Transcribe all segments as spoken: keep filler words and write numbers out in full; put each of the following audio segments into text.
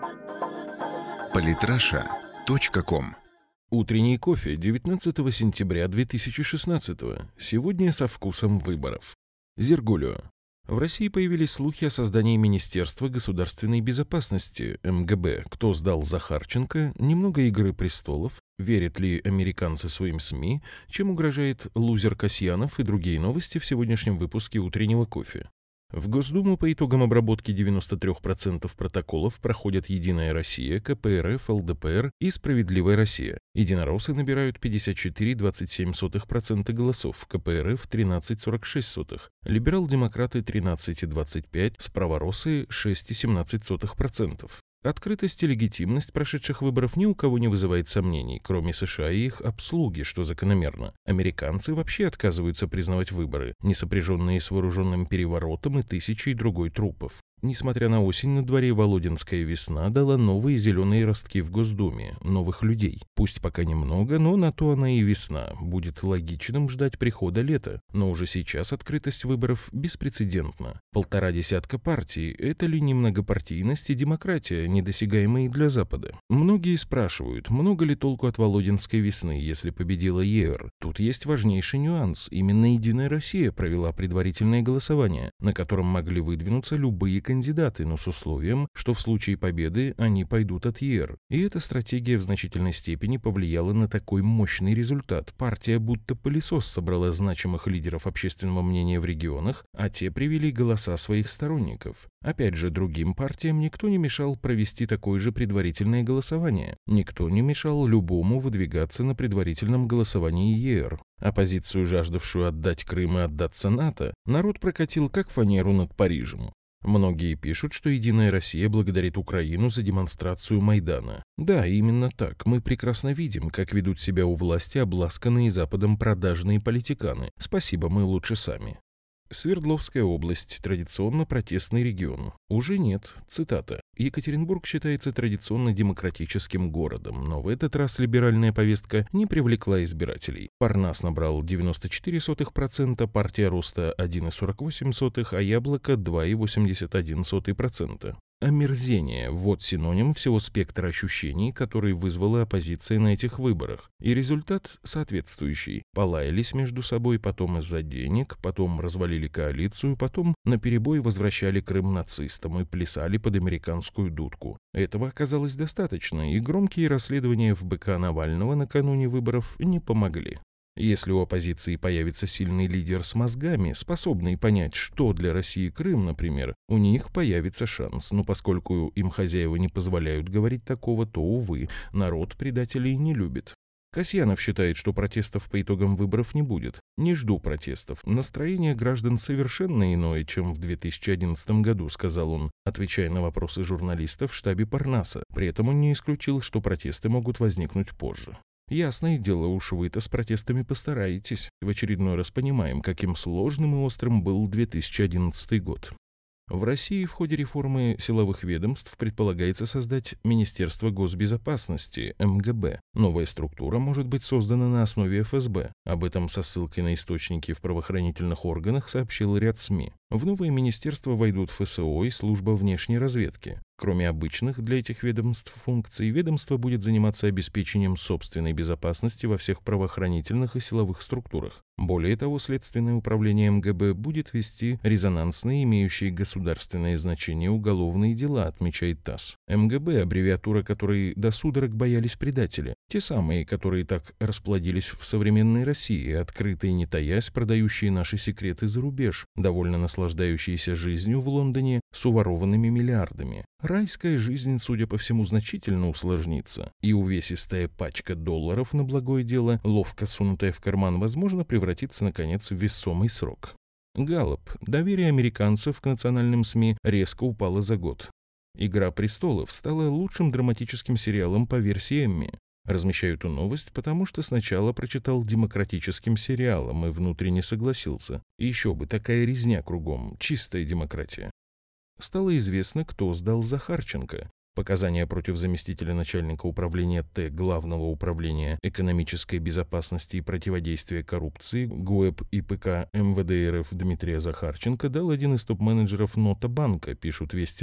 политраша точка ком. Утренний кофе девятнадцатого сентября две тысячи шестнадцатого. Сегодня со вкусом выборов. Зергулио. В России появились слухи о создании Министерства государственной безопасности, эм гэ бэ. Кто сдал Захарченко, немного «Игры престолов», верят ли американцы своим СМИ, чем угрожает лузер Касьянов и другие новости в сегодняшнем выпуске «Утреннего кофе». В Госдуму по итогам обработки девяноста трёх процентов протоколов проходят «Единая Россия», ка пэ эр эф, эл дэ пэ эр и «Справедливая Россия». Единороссы набирают пятьдесят четыре целых двадцать семь сотых процента голосов, ка пэ эр эф тринадцать целых сорок шесть сотых процента, либерал-демократы тринадцать целых двадцать пять сотых процента, справоросы шесть целых семнадцать сотых процента. Открытость и легитимность прошедших выборов ни у кого не вызывает сомнений, кроме США и их обслуги, что закономерно. Американцы вообще отказываются признавать выборы, не сопряженные с вооруженным переворотом и тысячей другой трупов. Несмотря на осень, на дворе Володинская весна дала новые зеленые ростки в Госдуме, новых людей. Пусть пока немного, но на то она и весна. Будет логичным ждать прихода лета. Но уже сейчас открытость выборов беспрецедентна. Полтора десятка партий – это ли не многопартийность и демократия, недосягаемые для Запада? Многие спрашивают, много ли толку от Володинской весны, если победила е эр? Тут есть важнейший нюанс. Именно «Единая Россия» провела предварительное голосование, на котором могли выдвинуться любые кандидаты. кандидаты, но с условием, что в случае победы они пойдут от е эр. И эта стратегия в значительной степени повлияла на такой мощный результат. Партия будто пылесос собрала значимых лидеров общественного мнения в регионах, а те привели голоса своих сторонников. Опять же, другим партиям никто не мешал провести такое же предварительное голосование. Никто не мешал любому выдвигаться на предварительном голосовании е эр. Оппозицию, жаждавшую отдать Крым и отдаться НАТО, народ прокатил как фанеру над Парижем. Многие пишут, что «Единая Россия» благодарит Украину за демонстрацию Майдана. Да, именно так. Мы прекрасно видим, как ведут себя у власти обласканные Западом продажные политиканы. Спасибо, мы лучше сами. Свердловская область – традиционно протестный регион. Уже нет. Цитата. Екатеринбург считается традиционно демократическим городом, но в этот раз либеральная повестка не привлекла избирателей. Парнас набрал девяносто четыре сотых процента, партия Роста – один целых сорок восемь сотых процента, а Яблоко – два целых восемьдесят один сотых процента. Омерзение – вот синоним всего спектра ощущений, которые вызвала оппозиция на этих выборах. И результат соответствующий. Полаялись между собой, потом из-за денег, потом развалили коалицию, потом наперебой возвращали Крым нацистам и плясали под американскую дудку. Этого оказалось достаточно, и громкие расследования эф бэ ка Навального накануне выборов не помогли. Если у оппозиции появится сильный лидер с мозгами, способный понять, что для России Крым, например, у них появится шанс. Но поскольку им хозяева не позволяют говорить такого, то, увы, народ предателей не любит. Касьянов считает, что протестов по итогам выборов не будет. Не жду протестов. Настроение граждан совершенно иное, чем в две тысячи одиннадцатом году, сказал он, отвечая на вопросы журналистов в штабе Парнаса. При этом он не исключил, что протесты могут возникнуть позже. Ясное дело, уж вы-то с протестами постараетесь. В очередной раз понимаем, каким сложным и острым был две тысячи одиннадцатый год. В России в ходе реформы силовых ведомств предполагается создать Министерство госбезопасности, эм гэ бэ. Новая структура может быть создана на основе эф эс бэ. Об этом со ссылкой на источники в правоохранительных органах сообщил ряд СМИ. В новое министерство войдут эф эс о и служба внешней разведки. Кроме обычных для этих ведомств функций, ведомство будет заниматься обеспечением собственной безопасности во всех правоохранительных и силовых структурах. Более того, Следственное управление эм гэ бэ будет вести резонансные, имеющие государственное значение уголовные дела, отмечает ТАСС. эм гэ бэ – аббревиатура, которой до судорог боялись предатели. Те самые, которые так расплодились в современной России, открыто и не таясь, продающие наши секреты за рубеж, довольно наслаждающиеся жизнью в Лондоне с уворованными миллиардами. Райская жизнь, судя по всему, значительно усложнится, и увесистая пачка долларов на благое дело, ловко сунутая в карман, возможно, превратится, наконец, в весомый срок. Галлоп. Доверие американцев к национальным СМИ резко упало за год. «Игра престолов» стала лучшим драматическим сериалом по версии Эмми. Размещаю эту новость, потому что сначала прочитал демократическим сериалом и внутренне согласился. И еще бы, такая резня кругом, чистая демократия. Стало известно, кто сдал Захарченко. Показания против заместителя начальника управления Т Главного управления экономической безопасности и противодействия коррупции ГУЭП и ПК эм вэ дэ эр эф Дмитрия Захарченко дал один из топ-менеджеров Нота банка, пишут Вести точка ру.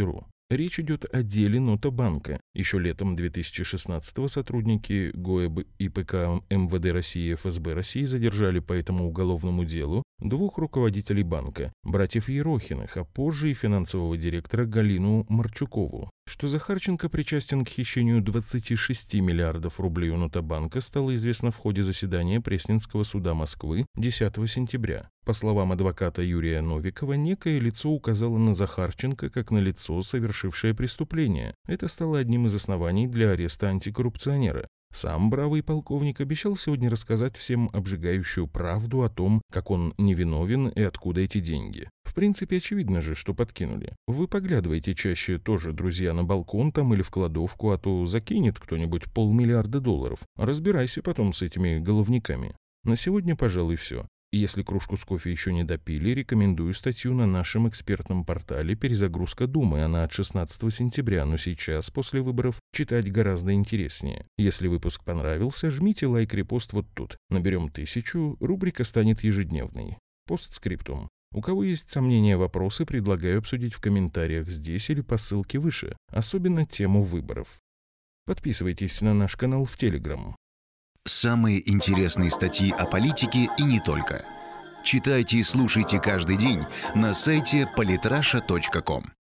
Речь идет о деле Нотобанка. Еще летом две тысячи шестнадцатого сотрудники ГОЭБ и ПК МВД России и ФСБ России задержали по этому уголовному делу двух руководителей банка, братьев Ерохиных, а позже и финансового директора Галину Марчукову. Что Захарченко причастен к хищению двадцати шести миллиардов рублей у Нотобанка, стало известно в ходе заседания Пресненского суда Москвы десятого сентября. По словам адвоката Юрия Новикова, некое лицо указало на Захарченко как на лицо, совершившее преступление. Это стало одним из оснований для ареста антикоррупционера. Сам бравый полковник обещал сегодня рассказать всем обжигающую правду о том, как он невиновен и откуда эти деньги. В принципе, очевидно же, что подкинули. Вы поглядывайте чаще тоже, друзья, на балкон там или в кладовку, а то закинет кто-нибудь полмиллиарда долларов. Разбирайся потом с этими головниками. На сегодня, пожалуй, все. Если кружку с кофе еще не допили, рекомендую статью на нашем экспертном портале «Перезагрузка Думы». Она от шестнадцатого сентября, но сейчас, после выборов, читать гораздо интереснее. Если выпуск понравился, жмите лайк-репост вот тут. Наберем тысячу, рубрика станет ежедневной. Постскриптум. У кого есть сомнения, вопросы, предлагаю обсудить в комментариях здесь или по ссылке выше, особенно тему выборов. Подписывайтесь на наш канал в Телеграм. Самые интересные статьи о политике и не только. Читайте и слушайте каждый день на сайте политраша точка ком.